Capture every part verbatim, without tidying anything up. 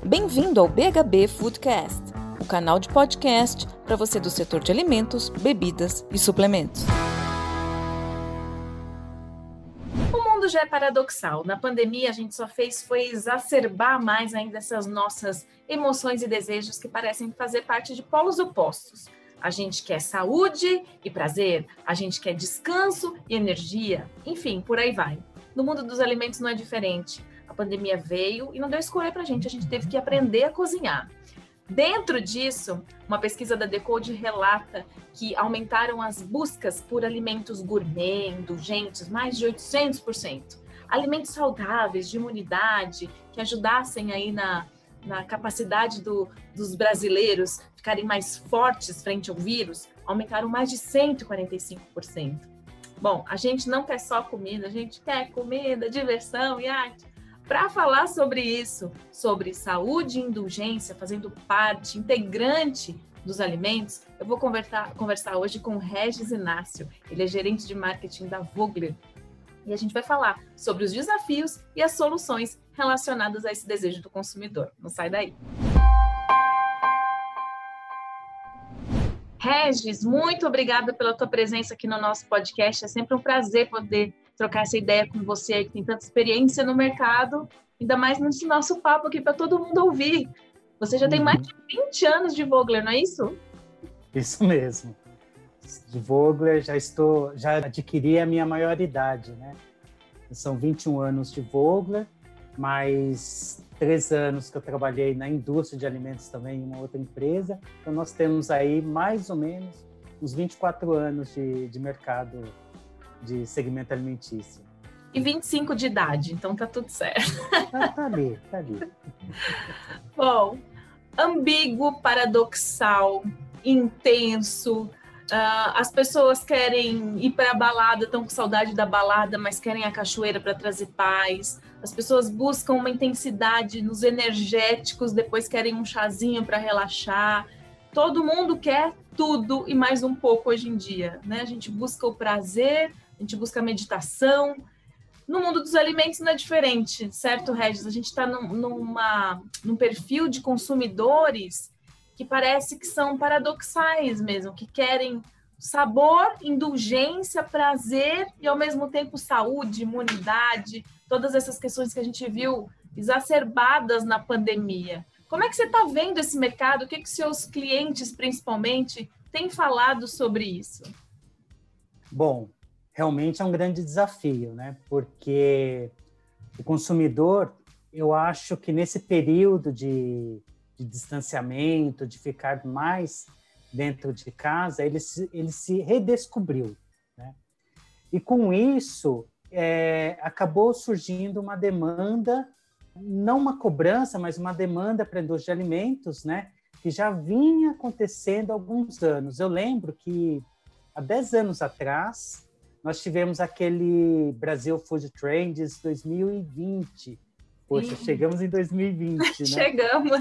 Bem-vindo ao B H B Foodcast, o canal de podcast para você do setor de alimentos, bebidas e suplementos. O mundo já é paradoxal. Na pandemia, a gente só fez foi exacerbar mais ainda essas nossas emoções e desejos que parecem fazer parte de polos opostos. A gente quer saúde e prazer, a gente quer descanso e energia, enfim, por aí vai. No mundo dos alimentos não é diferente. A pandemia veio e não deu escolha para a gente, a gente teve que aprender a cozinhar. Dentro disso, uma pesquisa da Decode relata que aumentaram as buscas por alimentos gourmet, indulgentes, mais de oitocentos por cento. Alimentos saudáveis, de imunidade, que ajudassem aí na, na capacidade do, dos brasileiros ficarem mais fortes frente ao vírus, aumentaram mais de cento e quarenta e cinco por cento. Bom, a gente não quer só comida, a gente quer comida, diversão e arte. Para falar sobre isso, sobre saúde e indulgência, fazendo parte integrante dos alimentos, eu vou conversar, conversar hoje com o Regis Inácio. Ele é gerente de marketing da Vogler. E a gente vai falar sobre os desafios e as soluções relacionadas a esse desejo do consumidor. Não sai daí. Regis, muito obrigada pela tua presença aqui no nosso podcast. É sempre um prazer poder trocar essa ideia com você, que tem tanta experiência no mercado, ainda mais nesse nosso papo aqui para todo mundo ouvir. Você já tem mais de vinte anos de Vogler, não é isso? Isso mesmo. De Vogler, já estou, já adquiri a minha maioridade, né? São vinte e um anos de Vogler, mais três anos que eu trabalhei na indústria de alimentos também em uma outra empresa. Então, nós temos aí mais ou menos uns vinte e quatro anos de, de mercado de segmento alimentício. E vinte e cinco de idade, então tá tudo certo. Tá, tá ali, tá ali. Bom, ambíguo, paradoxal, intenso. Uh, as pessoas querem ir para a balada, estão com saudade da balada, mas querem a cachoeira para trazer paz. As pessoas buscam uma intensidade nos energéticos, depois querem um chazinho para relaxar. Todo mundo quer tudo e mais um pouco hoje em dia, né? A gente busca o prazer, a gente busca a meditação. No mundo dos alimentos não é diferente, certo, Regis? A gente está num, numa, num perfil de consumidores que parece que são paradoxais mesmo, que querem sabor, indulgência, prazer e, ao mesmo tempo, saúde, imunidade, todas essas questões que a gente viu exacerbadas na pandemia. Como é que você está vendo esse mercado? O que, que seus clientes, principalmente, têm falado sobre isso? Bom, realmente é um grande desafio, né? Porque o consumidor, eu acho que nesse período de, de distanciamento, de ficar mais dentro de casa, ele se, ele se redescobriu, né? E com isso, é, acabou surgindo uma demanda, não uma cobrança, mas uma demanda para a indústria de alimentos, né? Que já vinha acontecendo há alguns anos. Eu lembro que há dez anos atrás, nós tivemos aquele Brasil Food Trends dois mil e vinte. Poxa, Sim. chegamos em dois mil e vinte, né? Chegamos!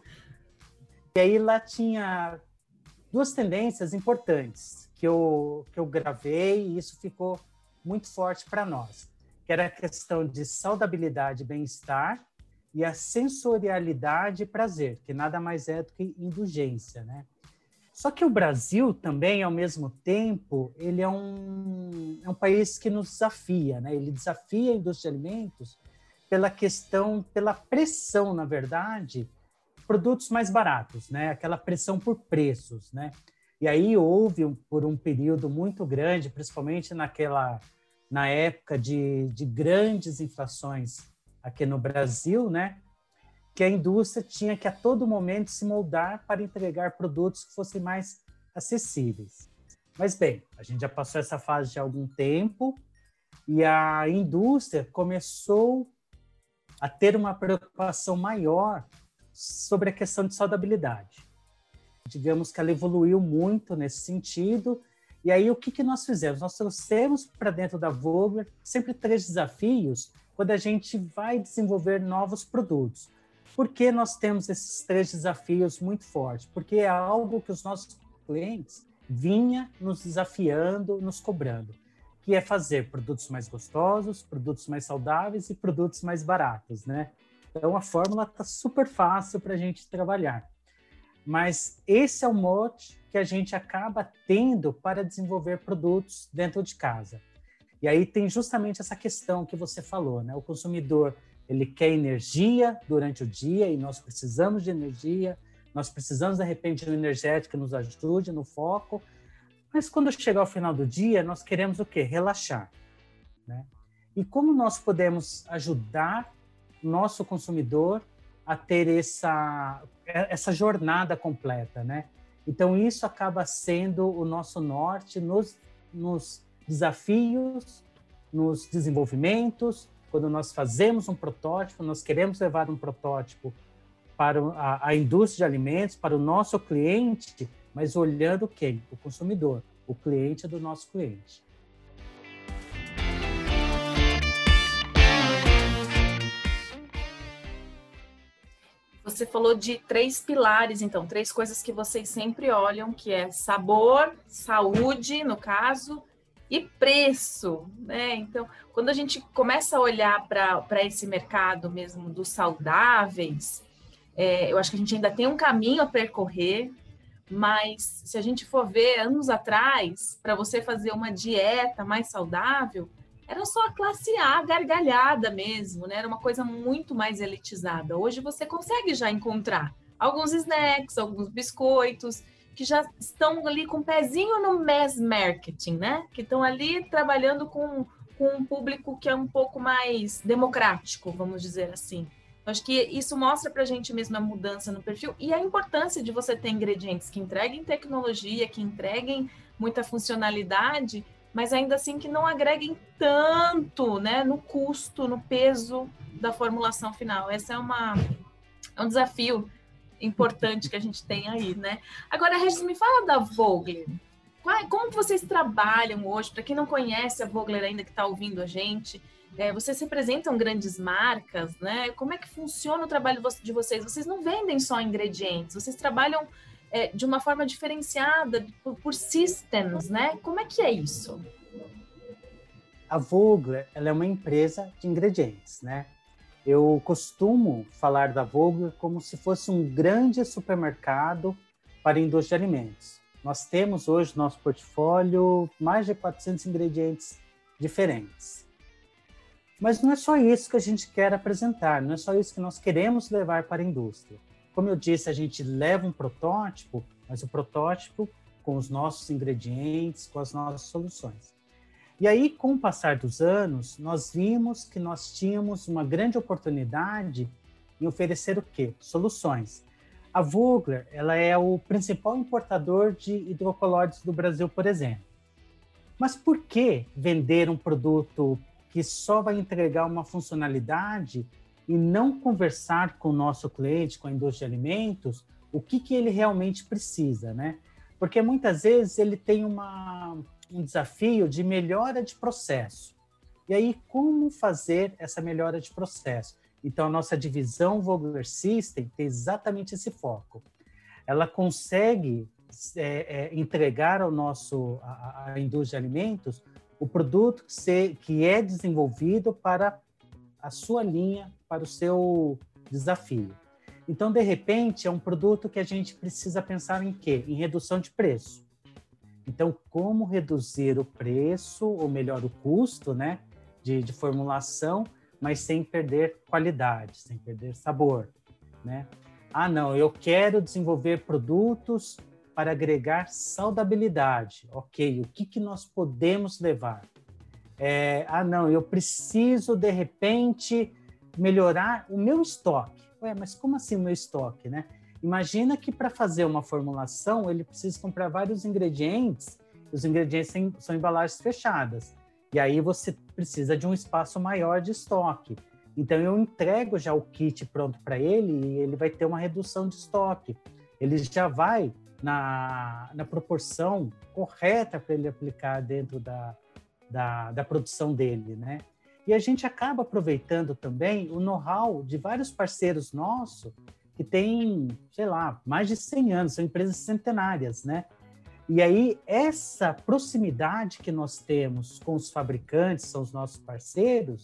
E aí lá tinha duas tendências importantes que eu, que eu gravei e isso ficou muito forte para nós, que era a questão de saudabilidade e bem-estar e a sensorialidade e prazer, que nada mais é do que indulgência, né? Só que o Brasil também, ao mesmo tempo, ele é um, é um país que nos desafia, né? Ele desafia a indústria de alimentos pela questão, pela pressão, na verdade, produtos mais baratos, né? Aquela pressão por preços, né? E aí houve, por um período muito grande, principalmente naquela, na época de, de grandes inflações aqui no Brasil, né? Que a indústria tinha que a todo momento se moldar para entregar produtos que fossem mais acessíveis. Mas bem, a gente já passou essa fase de algum tempo e a indústria começou a ter uma preocupação maior sobre a questão de saudabilidade. Digamos que ela evoluiu muito nesse sentido. E aí, o que, que nós fizemos? Nós trouxemos para dentro da Vogler sempre três desafios quando a gente vai desenvolver novos produtos. Por que nós temos esses três desafios muito fortes? Porque é algo que os nossos clientes vinha nos desafiando, nos cobrando, que é fazer produtos mais gostosos, produtos mais saudáveis e produtos mais baratos, né? Então, a fórmula está super fácil para a gente trabalhar. Mas esse é o mote que a gente acaba tendo para desenvolver produtos dentro de casa. E aí tem justamente essa questão que você falou, né? O consumidor, ele quer energia durante o dia e nós precisamos de energia, nós precisamos, de repente, de um energético que nos ajude no foco, mas quando chegar ao final do dia, nós queremos o quê? Relaxar, né? E como nós podemos ajudar o nosso consumidor a ter essa, essa jornada completa, né? Então, isso acaba sendo o nosso norte nos, nos desafios, nos desenvolvimentos. Quando nós fazemos um protótipo, nós queremos levar um protótipo para a, a indústria de alimentos, para o nosso cliente, mas olhando quem? O consumidor, o cliente do nosso cliente. Você falou de três pilares, então, três coisas que vocês sempre olham, que é sabor, saúde, no caso, e preço, né? Então, quando a gente começa a olhar para esse mercado mesmo dos saudáveis, é, eu acho que a gente ainda tem um caminho a percorrer, mas se a gente for ver anos atrás, para você fazer uma dieta mais saudável, era só a classe A, gargalhada mesmo, né? Era uma coisa muito mais elitizada. Hoje você consegue já encontrar alguns snacks, alguns biscoitos, que já estão ali com um pezinho no mass marketing, né? Que estão ali trabalhando com, com um público que é um pouco mais democrático, vamos dizer assim. Eu acho que isso mostra para a gente mesmo a mudança no perfil e a importância de você ter ingredientes que entreguem tecnologia, que entreguem muita funcionalidade, mas ainda assim que não agreguem tanto, né, no custo, no peso da formulação final. Esse é, uma, é um desafio importante que a gente tem aí, né? Agora, Regis, me fala da Vogler. Como vocês trabalham hoje? Para quem não conhece a Vogler ainda que está ouvindo a gente, é, vocês representam grandes marcas, né? Como é que funciona o trabalho de vocês? Vocês não vendem só ingredientes, vocês trabalham é, de uma forma diferenciada por, por systems, né? Como é que é isso? A Vogler, ela é uma empresa de ingredientes, né? Eu costumo falar da Vogler como se fosse um grande supermercado para a indústria de alimentos. Nós temos hoje no nosso portfólio mais de quatrocentos ingredientes diferentes. Mas não é só isso que a gente quer apresentar, não é só isso que nós queremos levar para a indústria. Como eu disse, a gente leva um protótipo, mas o protótipo com os nossos ingredientes, com as nossas soluções. E aí, com o passar dos anos, nós vimos que nós tínhamos uma grande oportunidade em oferecer o quê? Soluções. A Vogler, ela é o principal importador de hidrocolóides do Brasil, por exemplo. Mas por que vender um produto que só vai entregar uma funcionalidade e não conversar com o nosso cliente, com a indústria de alimentos, o que, que ele realmente precisa, né? Porque muitas vezes ele tem uma, um desafio de melhora de processo. E aí, como fazer essa melhora de processo? Então, a nossa divisão Vogler System tem exatamente esse foco. Ela consegue é, é, entregar ao nosso, à, à indústria de alimentos o produto que, se, que é desenvolvido para a sua linha, para o seu desafio. Então, de repente, é um produto que a gente precisa pensar em quê? Em redução de preço. Então, como reduzir o preço, ou melhor, o custo, né, de, de formulação, mas sem perder qualidade, sem perder sabor, né? Ah, não, eu quero desenvolver produtos para agregar saudabilidade. Ok, o que, que nós podemos levar? É, ah, não, eu preciso, de repente, melhorar o meu estoque. Ué, mas como assim o meu estoque, né? Imagina que para fazer uma formulação, ele precisa comprar vários ingredientes, os ingredientes são embalagens fechadas. E aí você precisa de um espaço maior de estoque. Então, eu entrego já o kit pronto para ele e ele vai ter uma redução de estoque. Ele já vai na, na proporção correta para ele aplicar dentro da, da, da produção dele, né? E a gente acaba aproveitando também o know-how de vários parceiros nossos que têm, sei lá, mais de cem anos, são empresas centenárias, né? E aí, essa proximidade que nós temos com os fabricantes, são os nossos parceiros,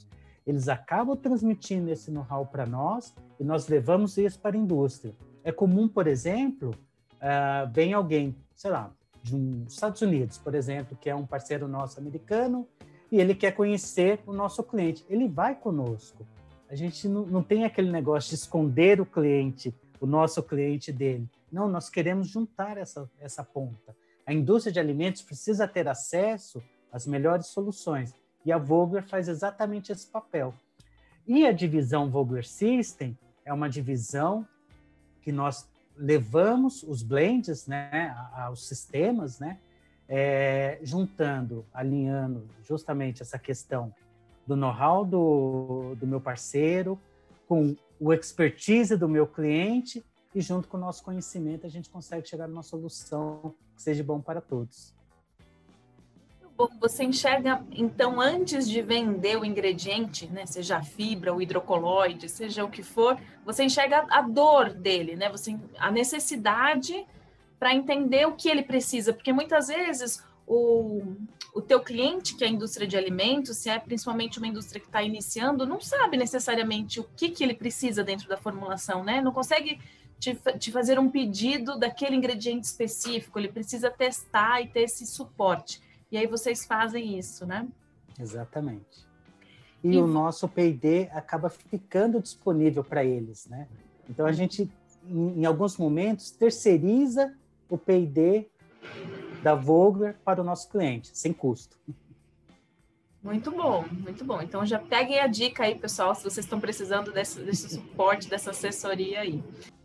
eles acabam transmitindo esse know-how para nós e nós levamos isso para a indústria. É comum, por exemplo, uh, vem alguém, sei lá, de um Estados Unidos, por exemplo, que é um parceiro nosso americano, e ele quer conhecer o nosso cliente. Ele vai conosco. A gente não, não tem aquele negócio de esconder o cliente, o nosso cliente dele. Não, nós queremos juntar essa, essa ponta. A indústria de alimentos precisa ter acesso às melhores soluções. E a Vogler faz exatamente esse papel. E a divisão Vogler System é uma divisão que nós levamos os blends, né, aos sistemas, né, é, juntando, alinhando justamente essa questão do know-how do, do meu parceiro, com o expertise do meu cliente, e junto com o nosso conhecimento a gente consegue chegar numa solução que seja bom para todos. Bom, você enxerga, então, antes de vender o ingrediente, né, seja a fibra, o hidrocoloide, seja o que for, você enxerga a dor dele, né, você, a necessidade para entender o que ele precisa, porque muitas vezes o, o teu cliente, que é a indústria de alimentos, se é principalmente uma indústria que está iniciando, não sabe necessariamente o que, que ele precisa dentro da formulação, né, não consegue te, te fazer um pedido daquele ingrediente específico, ele precisa testar e ter esse suporte. E aí vocês fazem isso, né? Exatamente. E, e o nosso P e D acaba ficando disponível para eles, né? Então a gente, em, em alguns momentos, terceiriza o P e D da Vogler para o nosso cliente, sem custo. Muito bom, muito bom. Então já peguem a dica aí, pessoal, se vocês estão precisando desse, desse suporte, dessa assessoria aí.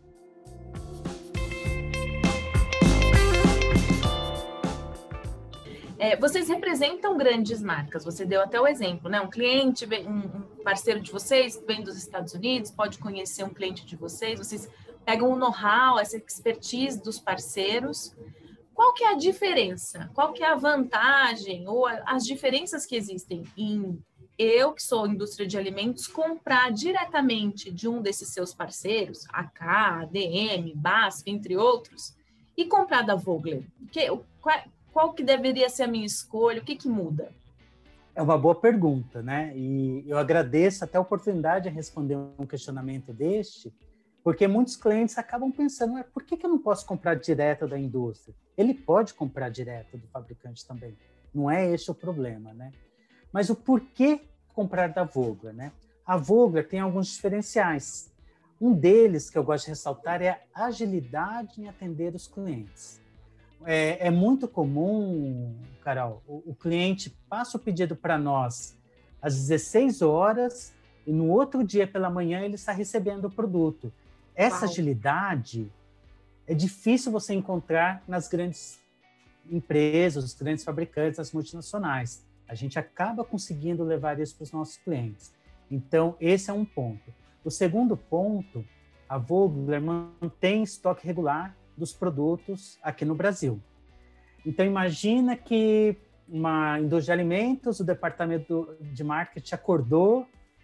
É, vocês representam grandes marcas, você deu até o exemplo, né? Um cliente, um parceiro de vocês vem dos Estados Unidos, pode conhecer um cliente de vocês, vocês pegam o know-how, essa expertise dos parceiros. Qual que é a diferença? Qual que é a vantagem ou as diferenças que existem em eu, que sou indústria de alimentos, comprar diretamente de um desses seus parceiros, A K, A D M, B A S F, entre outros, e comprar da Vogler? Que, qual, Qual que deveria ser a minha escolha? O que que muda? É uma boa pergunta, né? E eu agradeço até a oportunidade de responder um questionamento deste, porque muitos clientes acabam pensando, por que que eu não posso comprar direto da indústria? Ele pode comprar direto do fabricante também. Não é esse o problema, né? Mas o porquê comprar da Vogler, né? A Vogler tem alguns diferenciais. Um deles que eu gosto de ressaltar é a agilidade em atender os clientes. É, é muito comum, Carol, o, o cliente passa o pedido para nós às dezesseis horas e no outro dia pela manhã ele está recebendo o produto. Essa Uau. agilidade é difícil você encontrar nas grandes empresas, os grandes fabricantes, as multinacionais. A gente acaba conseguindo levar isso para os nossos clientes. Então, esse é um ponto. O segundo ponto, a Vogler mantém estoque regular dos produtos aqui no Brasil. Então, imagina que uma indústria de alimentos, o departamento de marketing acordou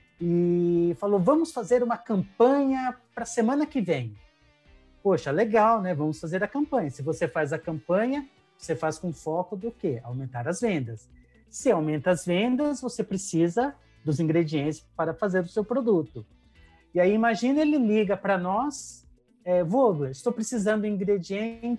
e falou, vamos fazer uma campanha para a semana que vem. Poxa, legal, né? Vamos fazer a campanha. Se você faz a campanha, você faz com foco do quê? Aumentar as vendas. Se aumenta as vendas, você precisa dos ingredientes para fazer o seu produto. E aí, imagina, ele liga para nós, É, Vogler, estou precisando de ingrediente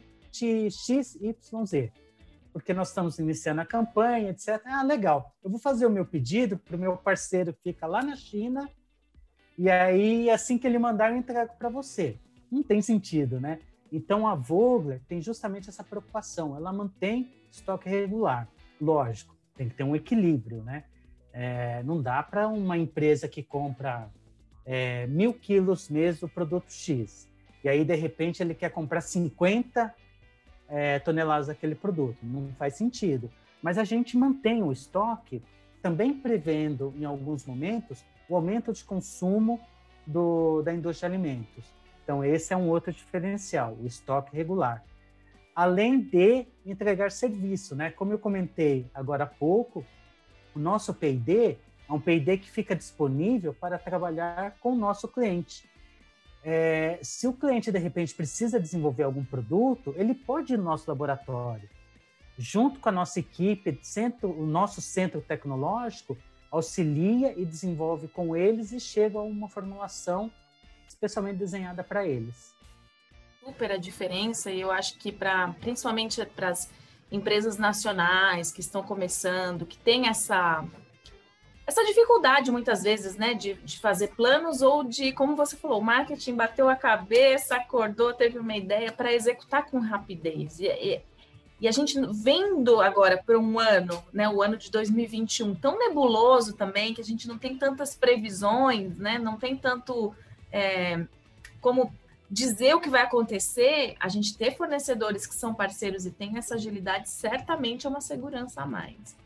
X Y Z, porque nós estamos iniciando a campanha, etcétera. Ah, legal, eu vou fazer o meu pedido para o meu parceiro que fica lá na China, e aí, assim que ele mandar, eu entrego para você. Não tem sentido, né? Então, a Vogler tem justamente essa preocupação, ela mantém estoque regular. Lógico, tem que ter um equilíbrio, né? É, não dá para uma empresa que compra é, mil quilos mês do produto X, e aí, de repente, ele quer comprar cinquenta é, toneladas daquele produto. Não faz sentido. Mas a gente mantém o estoque, também prevendo, em alguns momentos, o aumento de consumo do, da indústria de alimentos. Então, esse é um outro diferencial, o estoque regular. Além de entregar serviço, né? Como eu comentei agora há pouco, o nosso P e D é um P e D que fica disponível para trabalhar com o nosso cliente. É, se o cliente, de repente, precisa desenvolver algum produto, ele pode ir no nosso laboratório. Junto com a nossa equipe, centro, o nosso centro tecnológico, auxilia e desenvolve com eles e chega a uma formulação especialmente desenhada para eles. Super a diferença, e eu acho que para principalmente para as empresas nacionais que estão começando, que tem essa essa dificuldade muitas vezes, né, de, de fazer planos ou de, como você falou, o marketing bateu a cabeça, acordou, teve uma ideia para executar com rapidez. E, e, e a gente vendo agora por um ano, né, o ano de dois mil e vinte e um, tão nebuloso também, que a gente não tem tantas previsões, né, não tem tanto é, como dizer o que vai acontecer, a gente ter fornecedores que são parceiros e tem essa agilidade, certamente é uma segurança a mais.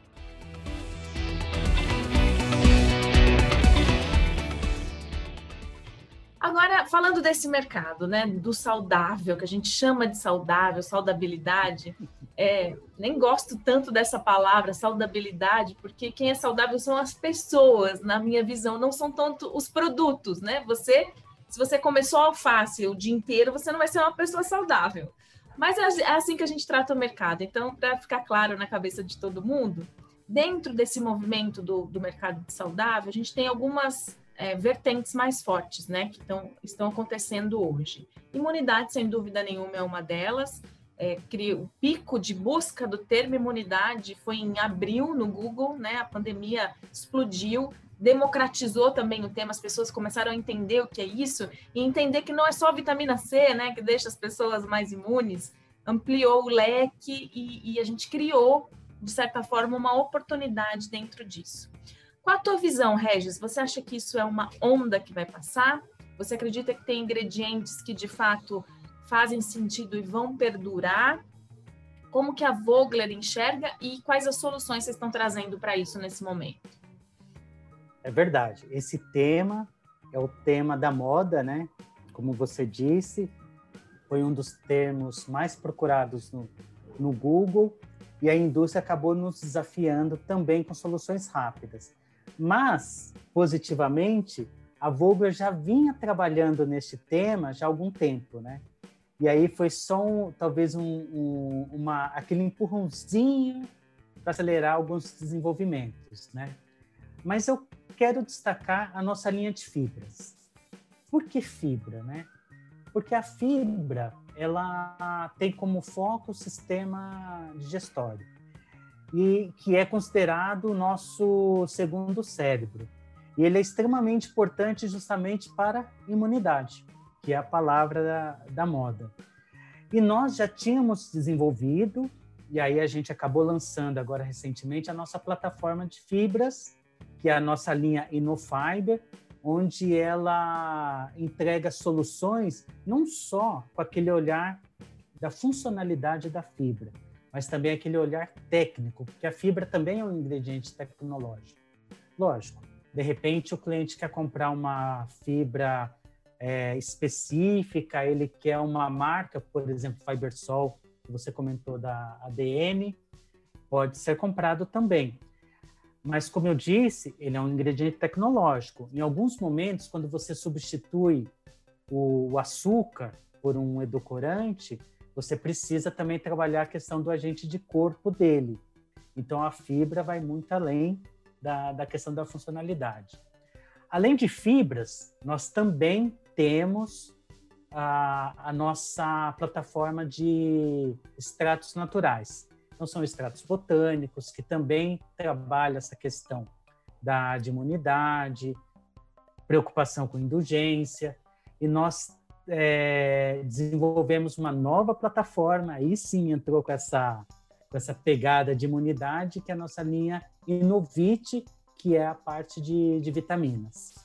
Agora, falando desse mercado, né, do saudável, que a gente chama de saudável, saudabilidade, é, nem gosto tanto dessa palavra, saudabilidade, porque quem é saudável são as pessoas, na minha visão, não são tanto os produtos, né? Você, se você começou alface o dia inteiro, você não vai ser uma pessoa saudável. Mas é assim que a gente trata o mercado. Então, para ficar claro na cabeça de todo mundo, dentro desse movimento do, do mercado de saudável, a gente tem algumas É, vertentes mais fortes, né, que tão, estão acontecendo hoje. Imunidade, sem dúvida nenhuma, é uma delas. É, o pico de busca do termo imunidade foi em abril no Google, né, a pandemia explodiu, democratizou também o tema, as pessoas começaram a entender o que é isso e entender que não é só a vitamina C, né, que deixa as pessoas mais imunes, ampliou o leque e, e a gente criou, de certa forma, uma oportunidade dentro disso. Qual a tua visão, Regis? Você acha que isso é uma onda que vai passar? Você acredita que tem ingredientes que, de fato, fazem sentido e vão perdurar? Como que a Vogler enxerga e quais as soluções vocês estão trazendo para isso nesse momento? É verdade. Esse tema é o tema da moda, né? Como você disse, foi um dos termos mais procurados no, no Google e a indústria acabou nos desafiando também com soluções rápidas. Mas, positivamente, a Vogler já vinha trabalhando neste tema já há algum tempo, né? E aí foi só, um, talvez, um, um, uma, aquele empurrãozinho para acelerar alguns desenvolvimentos, né? Mas eu quero destacar a nossa linha de fibras. Por que fibra, né? Porque a fibra, ela tem como foco o sistema digestório, e que é considerado o nosso segundo cérebro. E ele é extremamente importante justamente para a imunidade, que é a palavra da, da moda. E nós já tínhamos desenvolvido, e aí a gente acabou lançando agora recentemente a nossa plataforma de fibras, que é a nossa linha InnoFiber, onde ela entrega soluções não só com aquele olhar da funcionalidade da fibra, mas também aquele olhar técnico, porque a fibra também é um ingrediente tecnológico. Lógico, de repente o cliente quer comprar uma fibra é, específica, ele quer uma marca, por exemplo, Fibersol, que você comentou da A D M, pode ser comprado também. Mas, como eu disse, ele é um ingrediente tecnológico. Em alguns momentos, quando você substitui o, o açúcar por um edulcorante, você precisa também trabalhar a questão do agente de corpo dele. Então, a fibra vai muito além da, da questão da funcionalidade. Além de fibras, nós também temos a, a nossa plataforma de extratos naturais. Então, são extratos botânicos, que também trabalham essa questão da de imunidade, preocupação com indulgência, e nós É, desenvolvemos uma nova plataforma, aí sim entrou com essa, com essa pegada de imunidade, que é a nossa linha Innovit, que é a parte de, de vitaminas.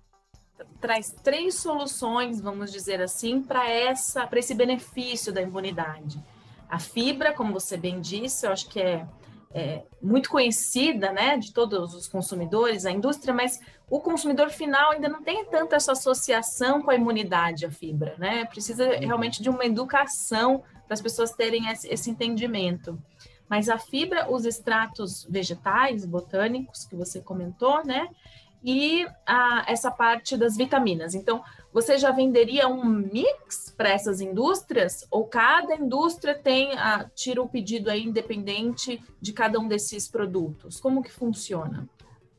Traz três soluções, vamos dizer assim, para essa, para esse benefício da imunidade. A fibra, como você bem disse, eu acho que é, é muito conhecida, né, de todos os consumidores, a indústria, mas o consumidor final ainda não tem tanta essa associação com a imunidade, a fibra, né? Precisa realmente de uma educação para as pessoas terem esse, esse entendimento. Mas a fibra, os extratos vegetais, botânicos, que você comentou, né? E a, essa parte das vitaminas. Então, você já venderia um mix para essas indústrias? Ou cada indústria tem a, tira o pedido aí independente de cada um desses produtos? Como que funciona?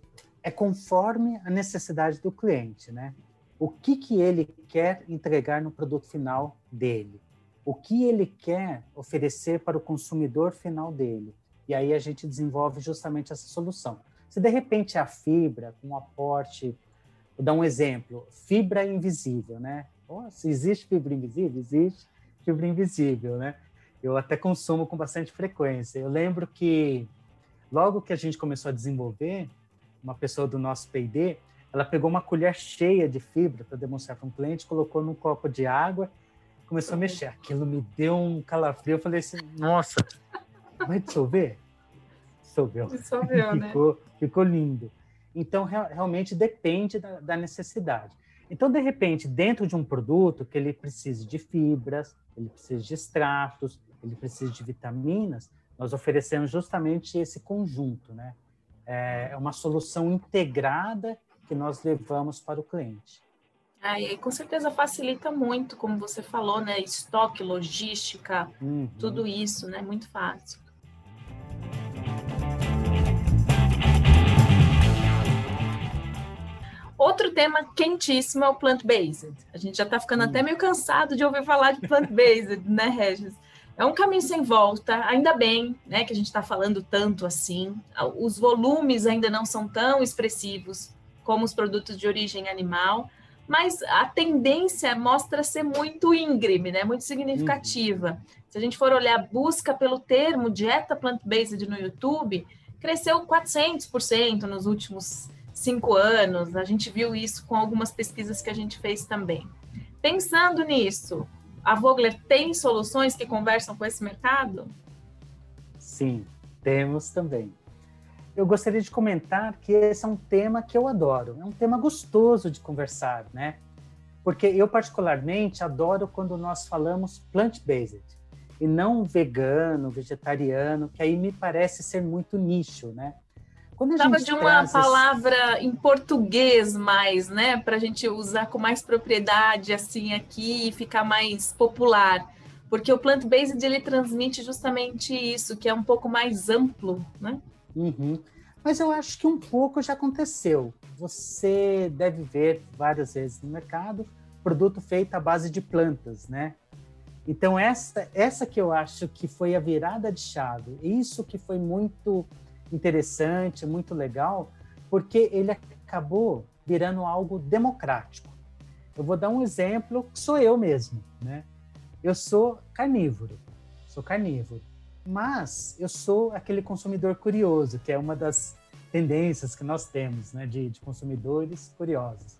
é conforme a necessidade do cliente, né? O que, que ele quer entregar no produto final dele? O que ele quer oferecer para o consumidor final dele? E aí a gente desenvolve justamente essa solução. Se de repente a fibra, com um aporte, vou dar um exemplo, fibra invisível, né? Oh, se existe fibra invisível? Existe fibra invisível, né? Eu até consumo com bastante frequência. Eu lembro que logo que a gente começou a desenvolver, uma pessoa do nosso P e D, ela pegou uma colher cheia de fibra para demonstrar para um cliente, colocou num copo de água, começou a mexer. Aquilo me deu um calafrio. Eu falei assim, nossa, vai dissolver? Dissolveu. Dissolveu, né? ficou, ficou lindo. Então, real, realmente depende da, da necessidade. Então, de repente, dentro de um produto que ele precise de fibras, ele precisa de extratos, ele precisa de vitaminas, nós oferecemos justamente esse conjunto, né? É uma solução integrada que nós levamos para o cliente. Ah, e aí, com certeza facilita muito, como você falou, né? Estoque, logística, uhum. Tudo isso, né? Muito fácil. Outro tema quentíssimo é o plant-based. A gente já está ficando uhum. até meio cansado de ouvir falar de plant-based, né, Regis? É um caminho sem volta, ainda bem, né, que a gente está falando tanto assim. Os volumes ainda não são tão expressivos como os produtos de origem animal, mas a tendência mostra ser muito íngreme, né, muito significativa. Uhum. Se a gente for olhar a busca pelo termo dieta plant-based no YouTube, cresceu quatrocentos por cento nos últimos cinco anos. A gente viu isso com algumas pesquisas que a gente fez também. Pensando nisso, a Vogler tem soluções que conversam com esse mercado? Sim, temos também. Eu gostaria de comentar que esse é um tema que eu adoro. É um tema gostoso de conversar, né? Porque eu, particularmente, adoro quando nós falamos plant-based e não vegano, vegetariano, que aí me parece ser muito nicho, né? Precisava de uma palavra esse... em português mais, né? Para a gente usar com mais propriedade assim aqui e ficar mais popular. Porque o plant-based ele transmite justamente isso, que é um pouco mais amplo, né? Uhum. Mas eu acho que um pouco já aconteceu. Você deve ver várias vezes no mercado produto feito à base de plantas, né? Então essa, essa que eu acho que foi a virada de chave. Isso que foi muito interessante, muito legal, porque ele acabou virando algo democrático. Eu vou dar um exemplo que sou eu mesmo, né? Eu sou carnívoro, sou carnívoro, mas eu sou aquele consumidor curioso, que é uma das tendências que nós temos, né, de, de consumidores curiosos.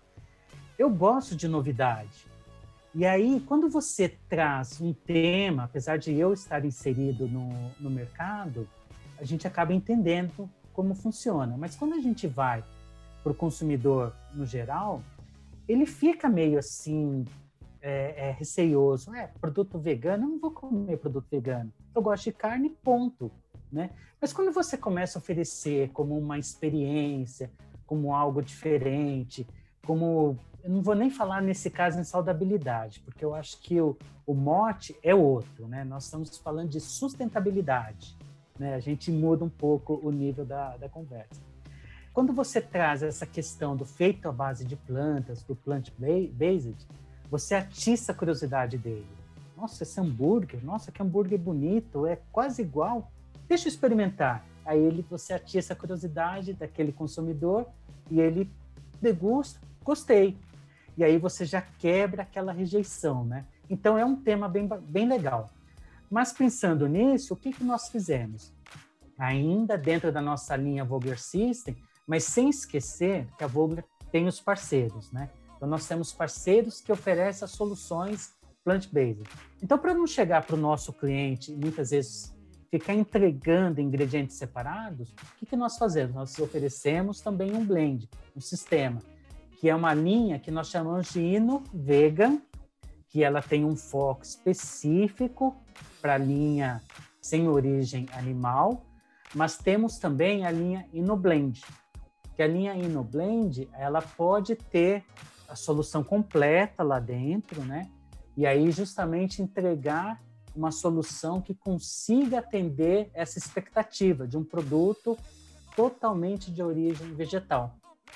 Eu gosto de novidade. E aí, quando você traz um tema, apesar de eu estar inserido no, no mercado, a gente acaba entendendo como funciona. Mas quando a gente vai para o consumidor no geral, ele fica meio assim, é, é, receioso. É, produto vegano, eu não vou comer produto vegano. Eu gosto de carne, ponto. Né? Mas quando você começa a oferecer como uma experiência, como algo diferente, como... Eu não vou nem falar nesse caso em saudabilidade, porque eu acho que o, o mote é outro, né? Nós estamos falando de sustentabilidade. Né? A gente muda um pouco o nível da, da conversa. Quando você traz essa questão do feito à base de plantas, do plant-based, você atiça a curiosidade dele. Nossa, esse hambúrguer, nossa, que hambúrguer bonito, é quase igual. Deixa eu experimentar. Aí ele, você atiça a curiosidade daquele consumidor e ele degusta, gostei. E aí você já quebra aquela rejeição, né? Então é um tema bem, bem legal. Mas pensando nisso, o que, que nós fizemos? Ainda dentro da nossa linha Vogler System, mas sem esquecer que a Vogler tem os parceiros, né? Então nós temos parceiros que oferecem as soluções plant-based. Então, para não chegar para o nosso cliente, muitas vezes ficar entregando ingredientes separados, o que, que nós fazemos? Nós oferecemos também um blend, um sistema, que é uma linha que nós chamamos de Ino Vegan, que ela tem um foco específico para a linha sem origem animal, mas temos também a linha InoBlend, que a linha InoBlend, ela pode ter a solução completa lá dentro, né? E aí justamente entregar uma solução que consiga atender essa expectativa de um produto totalmente de origem vegetal.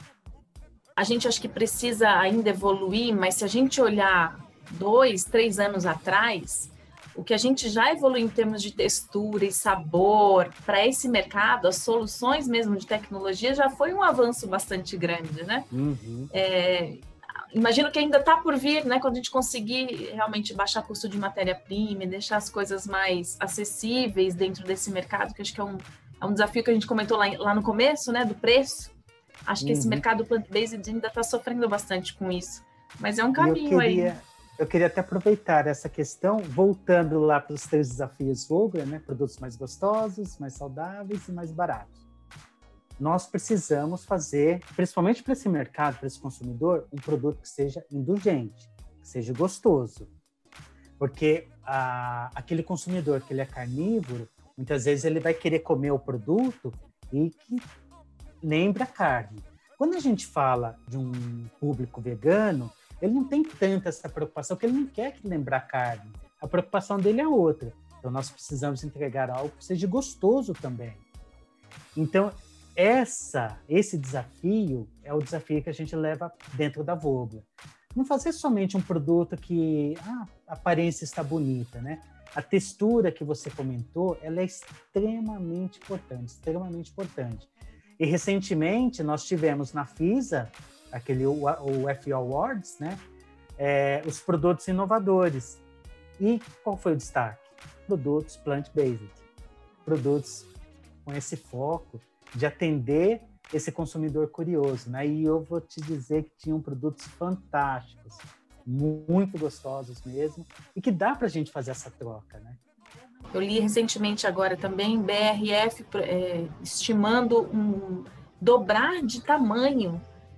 A gente acho que precisa ainda evoluir, mas se a gente olhar dois, três anos atrás, o que a gente já evoluiu em termos de textura e sabor para esse mercado, as soluções mesmo de tecnologia, já foi um avanço bastante grande, né? Uhum. É, imagino que ainda está por vir, né? Quando a gente conseguir realmente baixar o custo de matéria-prima e deixar as coisas mais acessíveis dentro desse mercado, que acho que é um, é um desafio que a gente comentou lá, lá no começo, né? Do preço. Acho que Uhum. esse mercado plant-based ainda está sofrendo bastante com isso. Mas é um E caminho eu queria, aí. Eu queria até aproveitar essa questão, voltando lá para os três desafios Vogler, né? Produtos mais gostosos, mais saudáveis e mais baratos. Nós precisamos fazer, principalmente para esse mercado, para esse consumidor, um produto que seja indulgente, que seja gostoso. Porque a, aquele consumidor que ele é carnívoro, muitas vezes ele vai querer comer o produto e que lembre a carne. Quando a gente fala de um público vegano, ele não tem tanta essa preocupação, porque ele não quer que lembrar a carne. A preocupação dele é outra. Então, nós precisamos entregar algo que seja gostoso também. Então, essa, esse desafio é o desafio que a gente leva dentro da Vogler. Não fazer somente um produto que ah, a aparência está bonita, né? A textura que você comentou, ela é extremamente importante, extremamente importante. E recentemente nós tivemos na FISA, aquele o, o F I Awards, né? É, os produtos inovadores. E qual foi o destaque? Produtos plant-based, produtos com esse foco de atender esse consumidor curioso, né? E eu vou te dizer que tinham produtos fantásticos, muito gostosos mesmo, e que dá para a gente fazer essa troca, né? Eu li recentemente agora também B R F é, estimando um dobrar de tamanho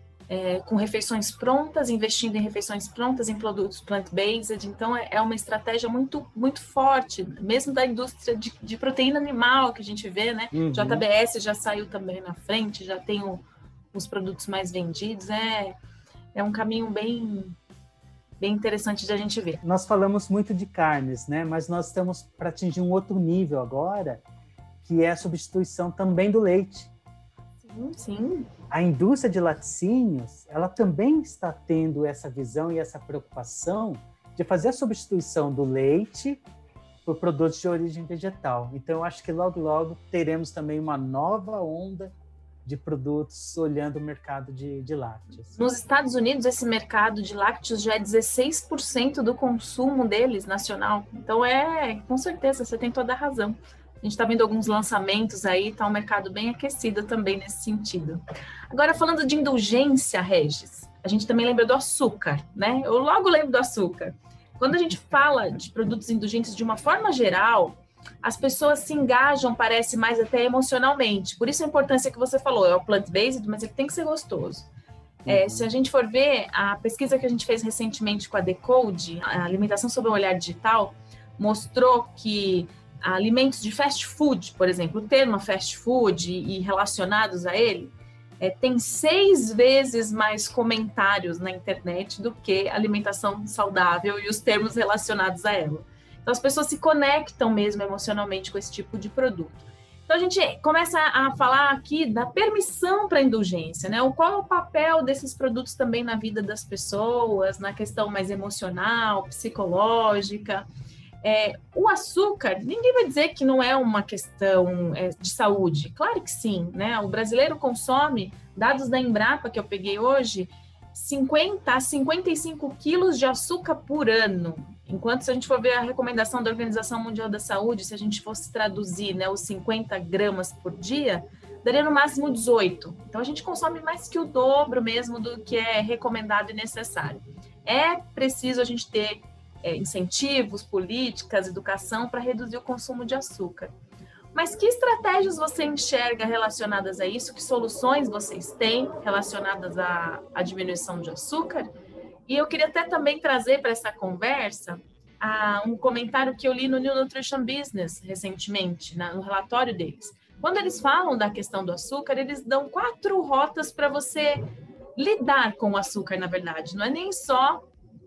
é, com refeições prontas, investindo em refeições prontas, em produtos plant-based. Então, é, é uma estratégia muito, muito forte, mesmo da indústria de, de proteína animal que a gente vê, né? Uhum. J B S já saiu também na frente, já tem o, os produtos mais vendidos. É, é um caminho bem... bem interessante de a gente ver. Nós falamos muito de carnes, né? Mas nós estamos para atingir um outro nível agora, que é a substituição também do leite. Sim, sim. A indústria de laticínios, ela também está tendo essa visão e essa preocupação de fazer a substituição do leite por produtos de origem vegetal. Então, eu acho que logo, logo teremos também uma nova onda de produtos olhando o mercado de, de lácteos. Nos Estados Unidos, esse mercado de lácteos já é dezesseis por cento do consumo deles nacional. Então, é, com certeza, você tem toda a razão. A gente está vendo alguns lançamentos aí, está um mercado bem aquecido também nesse sentido. Agora, falando de indulgência, Regis, a gente também lembra do açúcar, né? Eu logo lembro do açúcar. Quando a gente fala de produtos indulgentes de uma forma geral, as pessoas se engajam, parece, mais até emocionalmente. Por isso a importância que você falou, é o plant-based, mas ele tem que ser gostoso. Uhum. É, se a gente for ver, a pesquisa que a gente fez recentemente com a Decode, a alimentação sob o olhar digital, mostrou que alimentos de fast food, por exemplo, o termo fast food e relacionados a ele, é, tem seis vezes mais comentários na internet do que alimentação saudável e os termos relacionados a ela. Então, as pessoas se conectam mesmo emocionalmente com esse tipo de produto. Então, a gente começa a falar aqui da permissão para a indulgência, né? Qual é o papel desses produtos também na vida das pessoas, na questão mais emocional, psicológica. É, o açúcar, ninguém vai dizer que não é uma questão é, de saúde. Claro que sim, né? O brasileiro consome, dados da Embrapa que eu peguei hoje, cinquenta a cinquenta e cinco quilos de açúcar por ano. Enquanto, se a gente for ver a recomendação da Organização Mundial da Saúde, se a gente fosse traduzir, né, os cinquenta gramas por dia, daria no máximo dezoito. Então, a gente consome mais que o dobro mesmo do que é recomendado e necessário. É preciso a gente ter é, incentivos, políticas, educação para reduzir o consumo de açúcar. Mas que estratégias você enxerga relacionadas a isso? Que soluções vocês têm relacionadas à, à diminuição de açúcar? E eu queria até também trazer para essa conversa ah, um comentário que eu li no New Nutrition Business recentemente, na, no relatório deles. Quando eles falam da questão do açúcar, eles dão quatro rotas para você lidar com o açúcar, na verdade. Não é nem só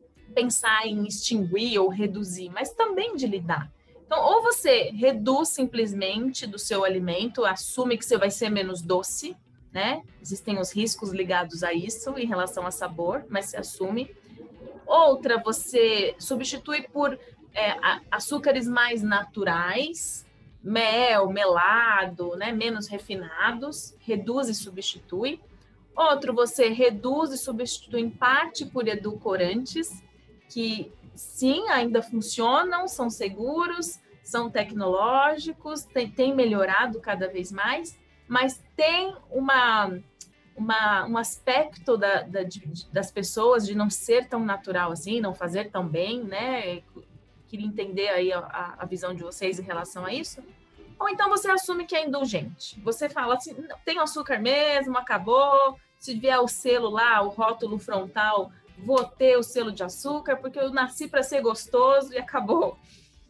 pensar em extinguir ou reduzir, mas também de lidar. Então, ou você reduz simplesmente do seu alimento, assume que você vai ser menos doce, né? Existem os riscos ligados a isso em relação a sabor, mas se assume. Outra, você substitui por é, açúcares mais naturais, mel, melado, né? Menos refinados, reduz e substitui. Outro, você reduz e substitui em parte por edulcorantes, que sim, ainda funcionam, são seguros, são tecnológicos, tem, tem melhorado cada vez mais, mas tem uma, uma, um aspecto da, da, de, das pessoas de não ser tão natural assim, não fazer tão bem, né? Queria entender aí a, a visão de vocês em relação a isso. Ou então você assume que é indulgente. Você fala assim, tem açúcar mesmo, acabou. Se vier o selo lá, o rótulo frontal, vou ter o selo de açúcar, porque eu nasci para ser gostoso e acabou.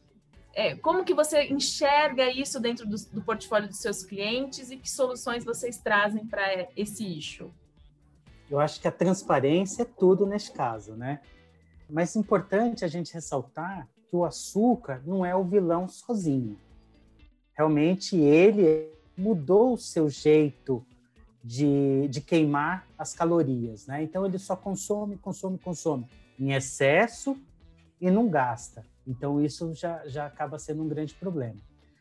É, como que você enxerga isso dentro do, do portfólio dos seus clientes e que soluções vocês trazem para esse issue? Eu acho que a transparência é tudo nesse caso, né? Mas é importante a gente ressaltar que o açúcar não é o vilão sozinho. Realmente ele mudou o seu jeito De, de queimar as calorias, né? Então ele só consome, consome, consome em excesso e não gasta. Então isso já, já acaba sendo um grande problema.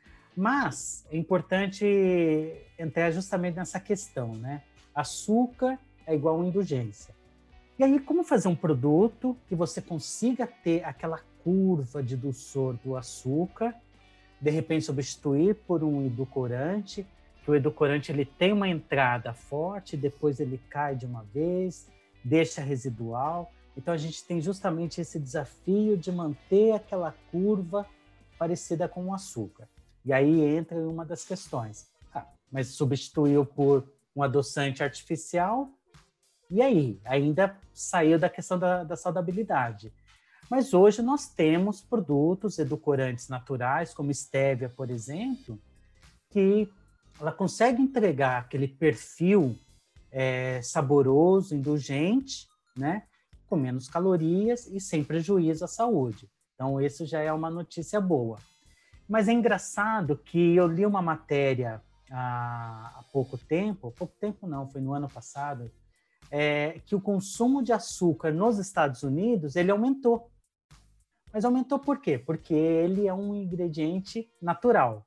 Mas é importante entrar justamente nessa questão, né? Açúcar é igual a indulgência. E aí, como fazer um produto que você consiga ter aquela curva de dulçor do açúcar, de repente substituir por um edulcorante, que o edulcorante ele tem uma entrada forte, depois ele cai de uma vez, deixa residual. Então a gente tem justamente esse desafio de manter aquela curva parecida com o açúcar. E aí entra uma das questões. Ah, mas substituiu por um adoçante artificial, e aí? Ainda saiu da questão da, da saudabilidade. Mas hoje nós temos produtos edulcorantes naturais, como estévia, por exemplo, que ela consegue entregar aquele perfil é, saboroso, indulgente, né? Com menos calorias e sem prejuízo à saúde. Então, isso já é uma notícia boa. Mas é engraçado que eu li uma matéria há, há pouco tempo, pouco tempo não, foi no ano passado, é, que o consumo de açúcar nos Estados Unidos, ele aumentou. Mas aumentou por quê? Porque ele é um ingrediente natural.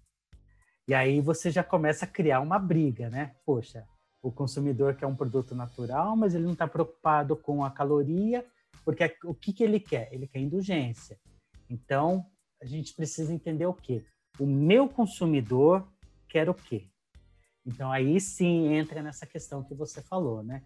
E aí você já começa a criar uma briga, né? Poxa, o consumidor quer um produto natural, mas ele não está preocupado com a caloria, porque o que, que ele quer? Ele quer indulgência. Então, a gente precisa entender o quê? O meu consumidor quer o quê? Então, aí sim entra nessa questão que você falou, né?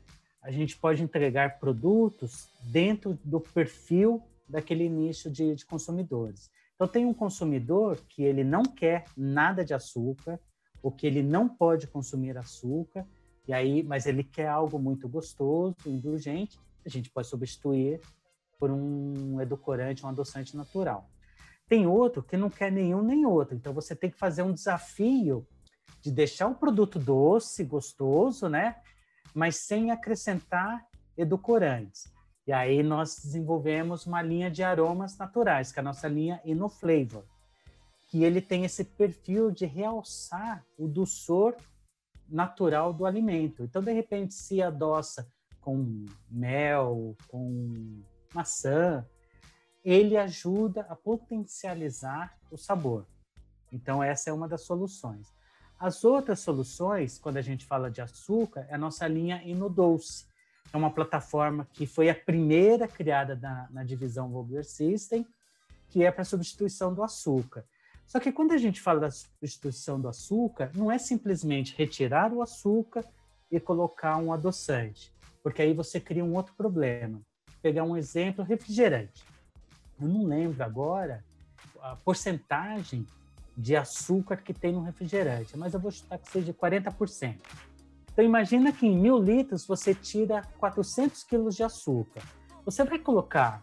A gente pode entregar produtos dentro do perfil daquele nicho de, de consumidores. Então, tem um consumidor que ele não quer nada de açúcar, ou que ele não pode consumir açúcar, e aí, mas ele quer algo muito gostoso, indulgente, a gente pode substituir por um edulcorante, um adoçante natural. Tem outro que não quer nenhum nem outro, então você tem que fazer um desafio de deixar o produto doce, gostoso, né? Mas sem acrescentar edulcorantes. E aí nós desenvolvemos uma linha de aromas naturais, que é a nossa linha InnoFlavor, que ele tem esse perfil de realçar o dulçor natural do alimento. Então, de repente, se adoça com mel, com maçã, ele ajuda a potencializar o sabor. Então, essa é uma das soluções. As outras soluções, quando a gente fala de açúcar, é a nossa linha InnoDoce. É uma plataforma que foi a primeira criada na, na divisão Vogler System, que é para substituição do açúcar. Só que quando a gente fala da substituição do açúcar, não é simplesmente retirar o açúcar e colocar um adoçante, porque aí você cria um outro problema. Vou pegar um exemplo, refrigerante. Eu não lembro agora a porcentagem de açúcar que tem no refrigerante, mas eu vou chutar que seja de quarenta por cento. Então, imagina que em mil litros você tira quatrocentos quilos de açúcar. Você vai colocar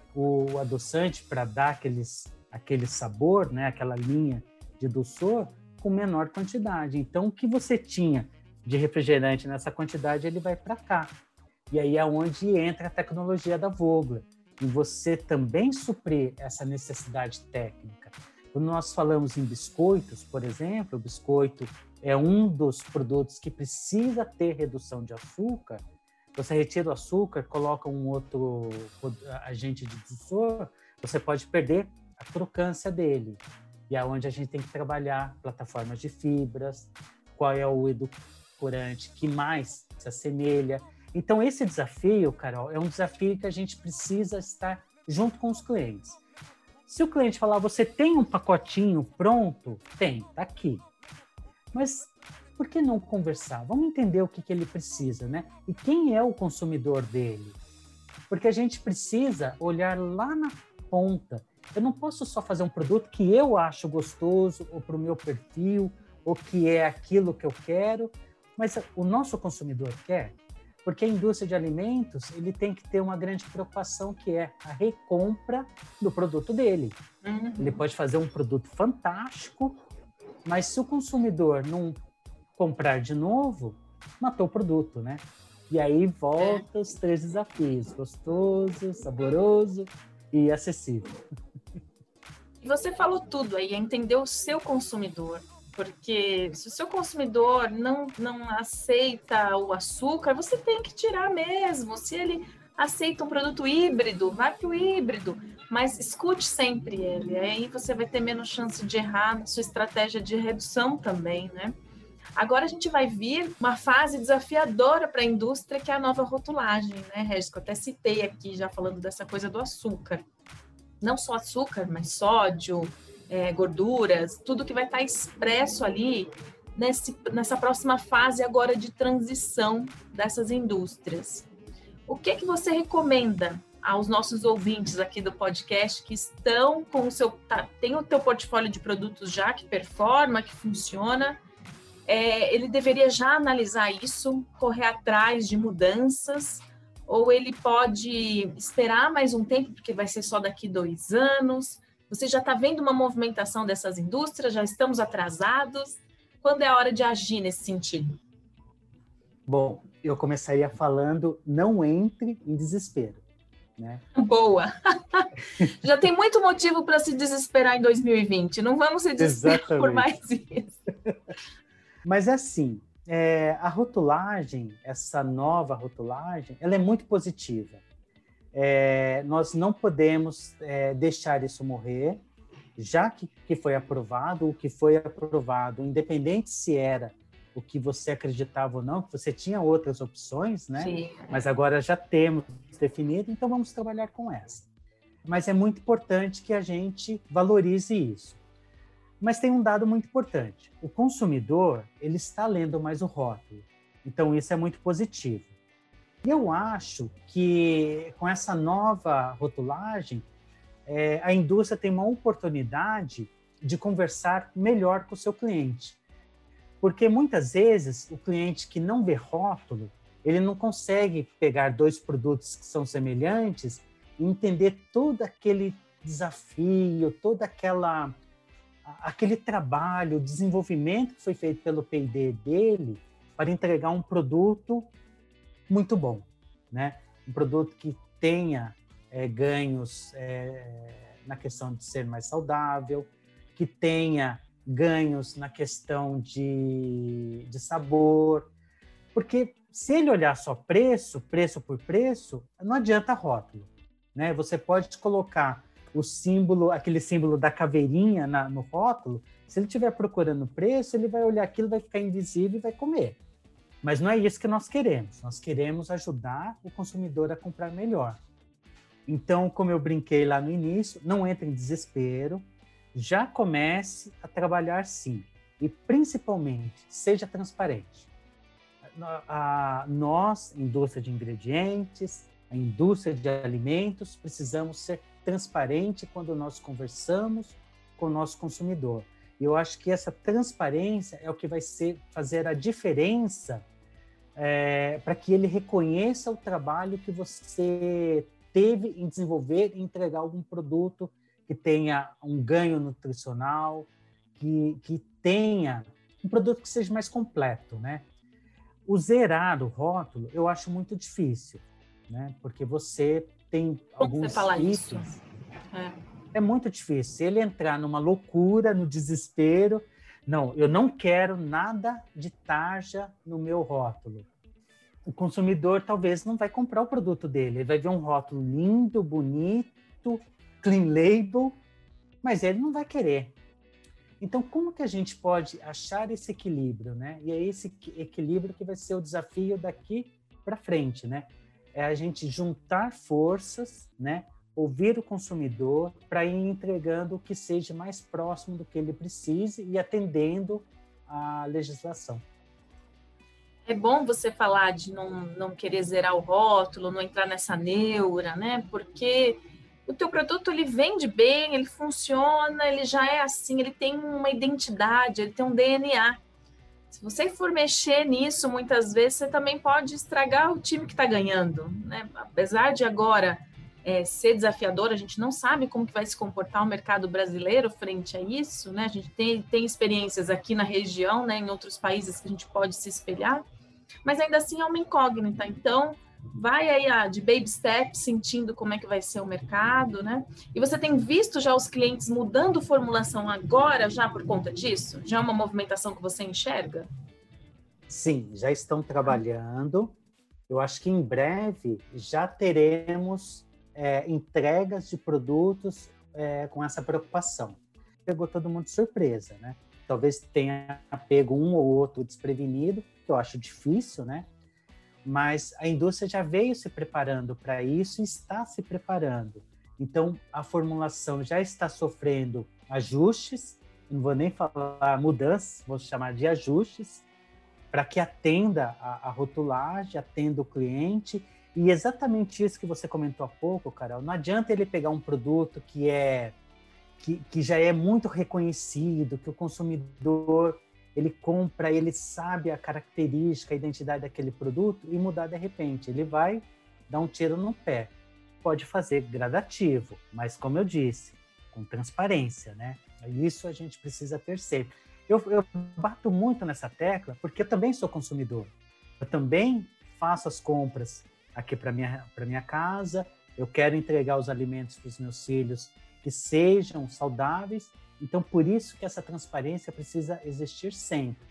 o adoçante para dar aqueles, aquele sabor, né, aquela linha de dulçor, com menor quantidade. Então, o que você tinha de refrigerante nessa quantidade, ele vai para cá. E aí é onde entra a tecnologia da Vogler. E você também suprir essa necessidade técnica. Quando nós falamos em biscoitos, por exemplo, o biscoito é um dos produtos que precisa ter redução de açúcar, você retira o açúcar, coloca um outro agente de difusor, você pode perder a crocância dele. E é onde a gente tem que trabalhar plataformas de fibras, qual é o edulcorante que mais se assemelha. Então, esse desafio, Carol, é um desafio que a gente precisa estar junto com os clientes. Se o cliente falar, você tem um pacotinho pronto? Tem, tá aqui. Mas por que não conversar? Vamos entender o que, que ele precisa, né? E quem é o consumidor dele? Porque a gente precisa olhar lá na ponta. Eu não posso só fazer um produto que eu acho gostoso, ou para o meu perfil, ou que é aquilo que eu quero, mas o nosso consumidor quer. Porque a indústria de alimentos, ele tem que ter uma grande preocupação, que é a recompra do produto dele. Uhum. Ele pode fazer um produto fantástico, mas se o consumidor não comprar de novo, matou o produto, né? E aí volta é. os três desafios: gostoso, saboroso e acessível. E você falou tudo aí, é entender o seu consumidor. Porque se o seu consumidor não, não aceita o açúcar, você tem que tirar mesmo. Se ele aceita um produto híbrido, vai para o híbrido. Mas escute sempre ele. Aí você vai ter menos chance de errar na sua estratégia de redução também, né? Agora a gente vai vir uma fase desafiadora para a indústria, que é a nova rotulagem, né, Regis? Que eu até citei aqui, já falando dessa coisa do açúcar. Não só açúcar, mas sódio, É, gorduras, tudo que vai estar expresso ali nesse, nessa próxima fase agora de transição dessas indústrias. O que que você recomenda aos nossos ouvintes aqui do podcast que estão com o seu... Tá, tem o teu portfólio de produtos já que performa, que funciona, é, ele deveria já analisar isso, correr atrás de mudanças, ou ele pode esperar mais um tempo, porque vai ser só daqui dois anos... Você já está vendo uma movimentação dessas indústrias? Já estamos atrasados? Quando é a hora de agir nesse sentido? Bom, eu começaria falando, não entre em desespero, né? Boa! Já tem muito motivo para se desesperar em dois mil e vinte. Não vamos se desesperar Exatamente. Por mais isso. Mas assim, é, a rotulagem, essa nova rotulagem, ela é muito positiva. É, nós não podemos é, deixar isso morrer, já que, que foi aprovado, o que foi aprovado, independente se era o que você acreditava ou não, que você tinha outras opções, né? Sim. Mas agora já temos definido, então vamos trabalhar com essa. Mas é muito importante que a gente valorize isso. Mas tem um dado muito importante: o consumidor, ele está lendo mais o rótulo, então isso é muito positivo. E eu acho que com essa nova rotulagem, é, a indústria tem uma oportunidade de conversar melhor com o seu cliente. Porque muitas vezes o cliente que não vê rótulo, ele não consegue pegar dois produtos que são semelhantes e entender todo aquele desafio, todo aquela, aquele trabalho, desenvolvimento que foi feito pelo P e D dele para entregar um produto muito bom, né? Um produto que tenha é, ganhos é, na questão de ser mais saudável, que tenha ganhos na questão de, de sabor, porque se ele olhar só preço, preço por preço, não adianta rótulo, né? Você pode colocar o símbolo, aquele símbolo da caveirinha na, no rótulo, se ele estiver procurando preço, ele vai olhar aquilo, vai ficar invisível e vai comer. Mas não é isso que nós queremos. Nós queremos ajudar o consumidor a comprar melhor. Então, como eu brinquei lá no início, não entre em desespero, já comece a trabalhar sim. E, principalmente, seja transparente. A, nós, indústria de ingredientes, a indústria de alimentos, precisamos ser transparente quando nós conversamos com o nosso consumidor. E eu acho que essa transparência é o que vai ser, fazer a diferença é, para que ele reconheça o trabalho que você teve em desenvolver e entregar algum produto que tenha um ganho nutricional, que, que tenha um produto que seja mais completo, né? O zerar o rótulo eu acho muito difícil, né? Porque você tem Como alguns você fala itens... isso? É. É muito difícil. Se ele entrar numa loucura, no desespero, Não, eu não quero nada de tarja no meu rótulo. O consumidor talvez não vai comprar o produto dele, ele vai ver um rótulo lindo, bonito, clean label, mas ele não vai querer. Então, como que a gente pode achar esse equilíbrio, né? E é esse equilíbrio que vai ser o desafio daqui para frente, né? É a gente juntar forças, né? Ouvir o consumidor para ir entregando o que seja mais próximo do que ele precise e atendendo à legislação. É bom você falar de não, não querer zerar o rótulo, não entrar nessa neura, né? Porque o teu produto, ele vende bem, ele funciona, ele já é assim, ele tem uma identidade, ele tem um D N A. Se você for mexer nisso, muitas vezes, você também pode estragar o time que está ganhando, né? Apesar de agora é, ser desafiador, a gente não sabe como que vai se comportar o mercado brasileiro frente a isso, né? A gente tem, tem experiências aqui na região, né, em outros países que a gente pode se espelhar, mas ainda assim é uma incógnita. Então, vai aí ah, de baby steps, sentindo como é que vai ser o mercado, né? E você tem visto já os clientes mudando formulação agora, já por conta disso? Já é uma movimentação que você enxerga? Sim, já estão trabalhando. Eu acho que em breve já teremos é, entregas de produtos é, com essa preocupação. Pegou todo mundo de surpresa, né? Talvez tenha pego um ou outro desprevenido, que eu acho difícil, né? Mas a indústria já veio se preparando para isso e está se preparando. Então, a formulação já está sofrendo ajustes, não vou nem falar mudanças, vou chamar de ajustes, para que atenda a, a rotulagem, atenda o cliente. E exatamente isso que você comentou há pouco, Carol, não adianta ele pegar um produto que, é, que, que já é muito reconhecido, que o consumidor ele compra, ele sabe a característica, a identidade daquele produto e mudar de repente. Ele vai dar um tiro no pé. Pode fazer gradativo, mas como eu disse, com transparência, né? Isso a gente precisa ter sempre. Eu, eu bato muito nessa tecla porque eu também sou consumidor. Eu também faço as compras aqui para minha para minha casa. Eu quero entregar os alimentos para os meus filhos que sejam saudáveis. Então, por isso que essa transparência precisa existir sempre.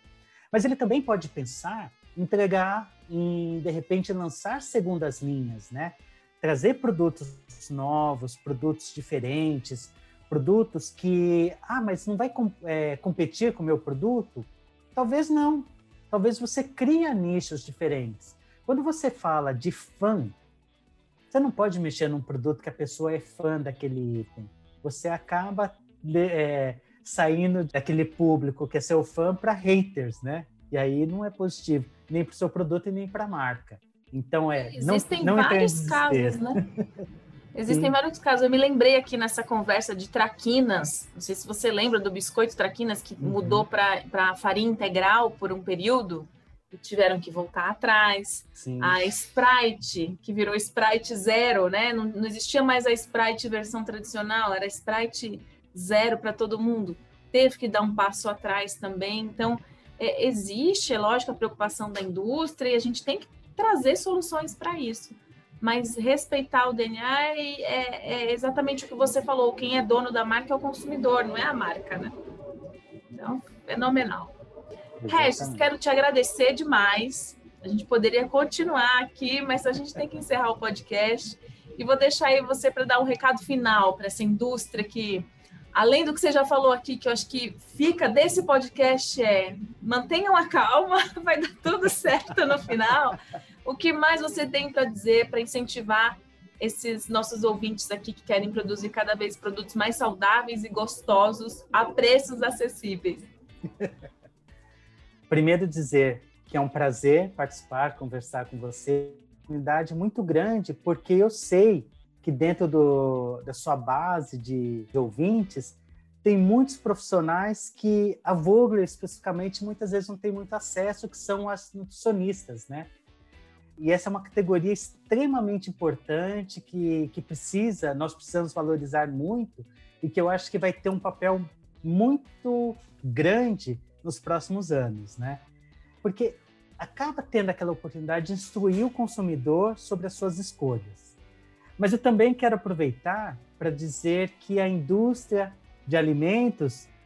Mas ele também pode pensar em entregar, em, de repente, lançar segundas linhas, né? Trazer produtos novos, produtos diferentes, produtos que, ah, mas não vai com, é, competir com o meu produto? Talvez não. Talvez você cria nichos diferentes. Quando você fala de fã, você não pode mexer num produto que a pessoa é fã daquele item. Você acaba De, é, saindo daquele público que é seu fã para haters, né? E aí não é positivo, nem para o seu produto e nem para a marca. Então, é... Existem não, não vários casos, né? Existem Sim. vários casos. Eu me lembrei aqui nessa conversa de traquinas. Não sei se você lembra do biscoito traquinas que uhum. mudou para farinha integral por um período e tiveram que voltar atrás. Sim. A Sprite, que virou Sprite Zero, né? Não, não existia mais a Sprite versão tradicional, era Sprite Zero para todo mundo. Teve que dar um passo atrás também. Então, é, existe, é lógico, a preocupação da indústria e a gente tem que trazer soluções para isso. Mas respeitar o D N A é, é exatamente o que você falou. Quem é dono da marca é o consumidor, não é a marca, né? Então, fenomenal. Regis, quero te agradecer demais. A gente poderia continuar aqui, mas a gente tem que encerrar o podcast. E vou deixar aí você para dar um recado final para essa indústria que, além do que você já falou aqui, que eu acho que fica desse podcast é mantenham a calma, vai dar tudo certo no final. O que mais você tem para dizer para incentivar esses nossos ouvintes aqui que querem produzir cada vez produtos mais saudáveis e gostosos a preços acessíveis? Primeiro dizer que é um prazer participar, conversar com você. Uma comunidade muito grande, porque eu sei que dentro do, da sua base de, de ouvintes tem muitos profissionais que a Vogler especificamente muitas vezes não tem muito acesso, que são as nutricionistas, né? E essa é uma categoria extremamente importante que, que precisa, nós precisamos valorizar muito e que eu acho que vai ter um papel muito grande nos próximos anos, né? Porque acaba tendo aquela oportunidade de instruir o consumidor sobre as suas escolhas. Mas eu também quero aproveitar para dizer que a indústria de alimentos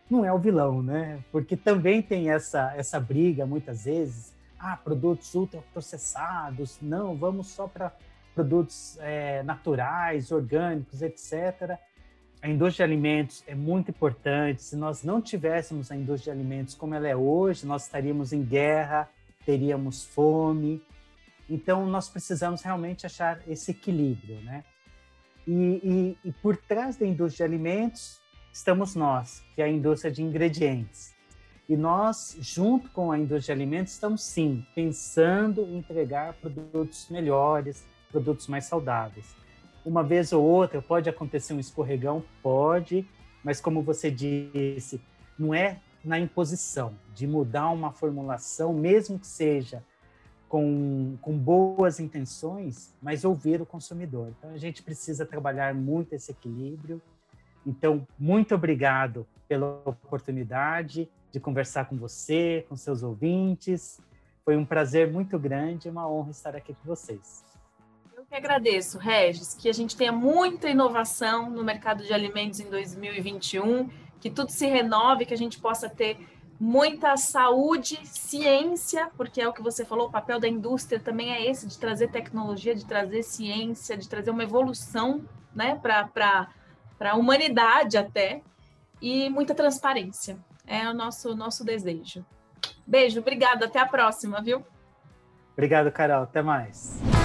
não é o vilão, né? Porque também tem essa, essa briga, muitas vezes, ah, produtos ultraprocessados, não, vamos só para produtos é, naturais, orgânicos, etcétera. A indústria de alimentos é muito importante. Se nós não tivéssemos a indústria de alimentos como ela é hoje, nós estaríamos em guerra, teríamos fome. Então, nós precisamos realmente achar esse equilíbrio, né? E, e, e por trás da indústria de alimentos, estamos nós, que é a indústria de ingredientes. E nós, junto com a indústria de alimentos, estamos sim pensando em entregar produtos melhores, produtos mais saudáveis. Uma vez ou outra pode acontecer um escorregão, pode, mas como você disse, não é na imposição de mudar uma formulação, mesmo que seja com, com boas intenções, mas ouvir o consumidor. Então a gente precisa trabalhar muito esse equilíbrio. Então, muito obrigado pela oportunidade de conversar com você, com seus ouvintes. Foi um prazer muito grande e uma honra estar aqui com vocês. Eu que agradeço, Regis, que a gente tenha muita inovação no mercado de alimentos em dois mil e vinte e um, que tudo se renove, que a gente possa ter muita saúde, ciência, porque é o que você falou, o papel da indústria também é esse, de trazer tecnologia, de trazer ciência, de trazer uma evolução, né, para para a humanidade até, e muita transparência. É o nosso, nosso desejo. Beijo, obrigada, até a próxima, viu? Obrigado, Carol, até mais.